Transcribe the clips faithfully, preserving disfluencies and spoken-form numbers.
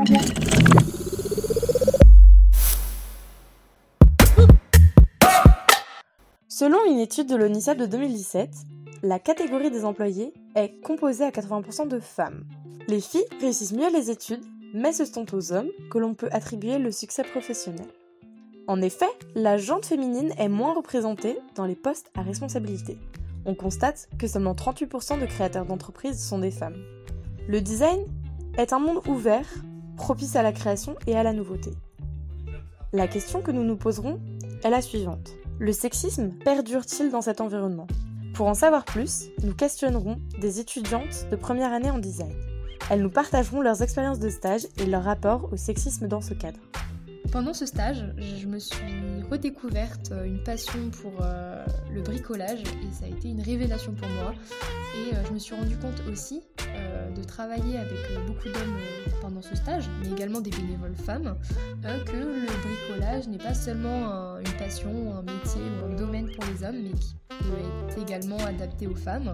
Selon une étude de l'ONISEP de deux mille dix-sept, la catégorie des employés est composée à quatre-vingts pour cent de femmes. Les filles réussissent mieux les études, mais ce sont aux hommes que l'on peut attribuer le succès professionnel. En effet, la gente féminine est moins représentée dans les postes à responsabilité. On constate que seulement trente-huit pour cent de créateurs d'entreprises sont des femmes. Le design est un monde ouvert, propice à la création et à la nouveauté. La question que nous nous poserons est la suivante. Le sexisme perdure-t-il dans cet environnement ? Pour en savoir plus, nous questionnerons des étudiantes de première année en design. Elles nous partageront leurs expériences de stage et leur rapport au sexisme dans ce cadre. Pendant ce stage, je me suis redécouverte une passion pour euh, le bricolage et ça a été une révélation pour moi. Et euh, je me suis rendu compte aussi euh, de travailler avec euh, beaucoup d'hommes euh, pendant ce stage, mais également des bénévoles femmes, euh, que le bricolage n'est pas seulement un, une passion, un métier ou un domaine pour les hommes, mais qui peut être également adapté aux femmes.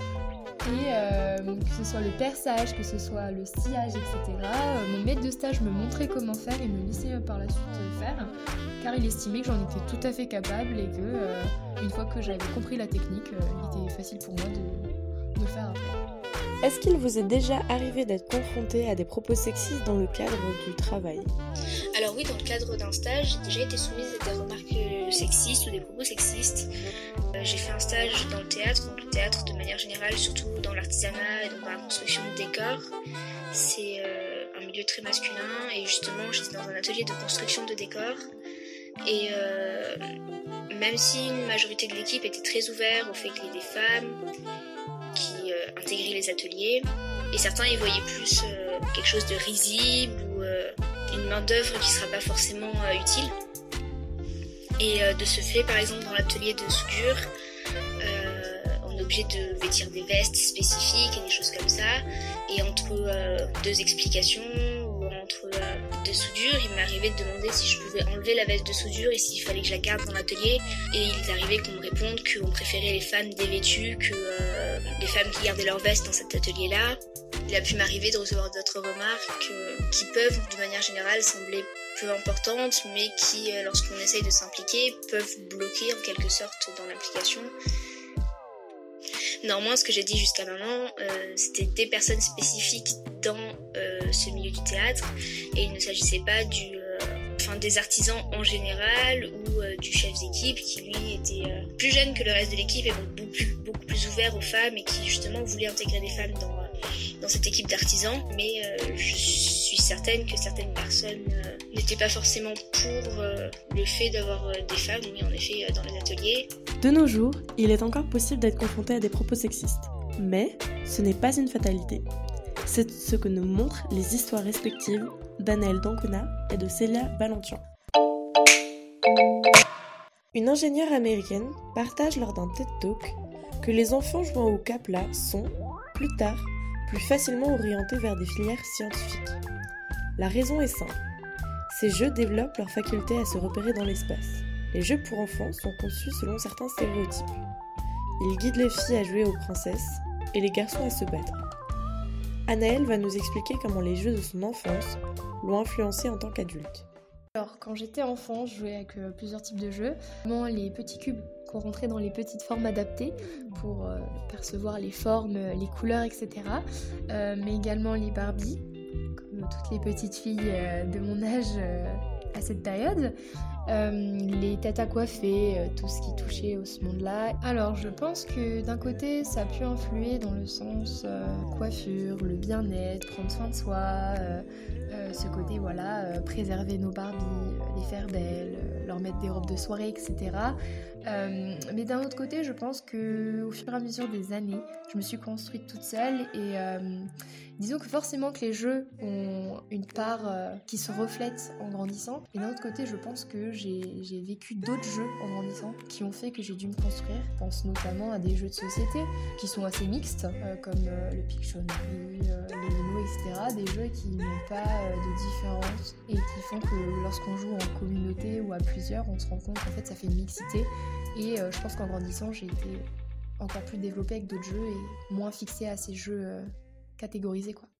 Et euh, que ce soit le perçage, que ce soit le sciage, et cetera. Euh, mon maître de stage me montrait comment faire et me laissait par la suite faire, car il estimait que j'en étais tout à fait capable et que euh, une fois que j'avais compris la technique, euh, il était facile pour moi de, de le faire après. Est-ce qu'il vous est déjà arrivé d'être confronté à des propos sexistes dans le cadre du travail ? Alors oui, dans le cadre d'un stage, j'ai déjà été soumise à des remarques sexistes ou des propos sexistes. Euh, j'ai fait un stage dans le théâtre, donc le théâtre de manière générale, surtout dans l'artisanat et donc dans la construction de décors. C'est euh, un milieu très masculin et justement j'étais dans un atelier de construction de décors. Et euh, même si une majorité de l'équipe était très ouverte au fait qu'il y ait des femmes qui euh, intégraient les ateliers, et certains y voyaient plus euh, quelque chose de risible ou euh, une main d'œuvre qui ne sera pas forcément euh, utile. Et euh, de ce fait, par exemple, dans l'atelier de soudure, euh, on est obligé de vêtir des vestes spécifiques et des choses comme ça. Et entre euh, deux explications ou entre euh, deux soudures, il m'arrivait de demander si je pouvais enlever la veste de soudure et s'il fallait que je la garde dans l'atelier. Et il arrivait qu'on me réponde qu'on préférait les femmes dévêtues que euh, les femmes qui gardaient leur veste dans cet atelier-là. Il a pu m'arriver de recevoir d'autres remarques euh, qui peuvent, de manière générale, sembler peu importantes, mais qui, euh, lorsqu'on essaye de s'impliquer, peuvent bloquer en quelque sorte dans l'implication. Néanmoins, ce que j'ai dit jusqu'à maintenant, euh, c'était des personnes spécifiques dans euh, ce milieu du théâtre, et il ne s'agissait pas du, euh, enfin, des artisans en général ou euh, du chef d'équipe qui lui était euh, plus jeune que le reste de l'équipe et donc beaucoup plus, beaucoup plus ouvert aux femmes et qui justement voulait intégrer des femmes dans, euh, dans cette équipe d'artisans. Mais euh, je suis certaine que certaines personnes euh, n'étaient pas forcément pour euh, le fait d'avoir euh, des femmes, oui en effet, euh, dans les ateliers. De nos jours, il est encore possible d'être confronté à des propos sexistes. Mais ce n'est pas une fatalité. C'est ce que nous montrent les histoires respectives d'Anaëlle Dancona et de Célia Balantian. Une ingénieure américaine partage lors d'un TED Talk que les enfants jouant au Capla sont, plus tard, plus facilement orientés vers des filières scientifiques. La raison est simple. Ces jeux développent leur faculté à se repérer dans l'espace. Les jeux pour enfants sont conçus selon certains stéréotypes. Ils guident les filles à jouer aux princesses et les garçons à se battre. Anaëlle va nous expliquer comment les jeux de son enfance l'ont influencée en tant qu'adulte. Alors, quand j'étais enfant, je jouais avec euh, plusieurs types de jeux. Notamment les petits cubes qu'on rentrait dans les petites formes adaptées pour euh, percevoir les formes, les couleurs, et cetera. Euh, mais également les Barbie, comme toutes les petites filles euh, de mon âge euh, à cette période. Euh, les têtes à coiffer, euh, tout ce qui touchait au ce monde-là. Alors je pense que d'un côté ça a pu influer dans le sens euh, coiffure, le bien-être, prendre soin de soi, euh, euh, ce côté voilà, euh, préserver nos Barbies, euh, les faire belles, euh, leur mettre des robes de soirée, et cetera. Euh, mais d'un autre côté je pense qu'au fur et à mesure des années, je me suis construite toute seule et euh, disons que forcément que les jeux ont une part euh, qui se reflète en grandissant. Et d'un autre côté je pense que J'ai, j'ai vécu d'autres jeux en grandissant qui ont fait que j'ai dû me construire. Je pense notamment à des jeux de société qui sont assez mixtes, euh, comme euh, le Pictionary, euh, les Uno, et cetera. Des jeux qui n'ont pas euh, de différence et qui font que lorsqu'on joue en communauté ou à plusieurs, on se rend compte qu'en fait ça fait une mixité. Et euh, je pense qu'en grandissant, j'ai été encore plus développée avec d'autres jeux et moins fixée à ces jeux euh, catégorisés, quoi.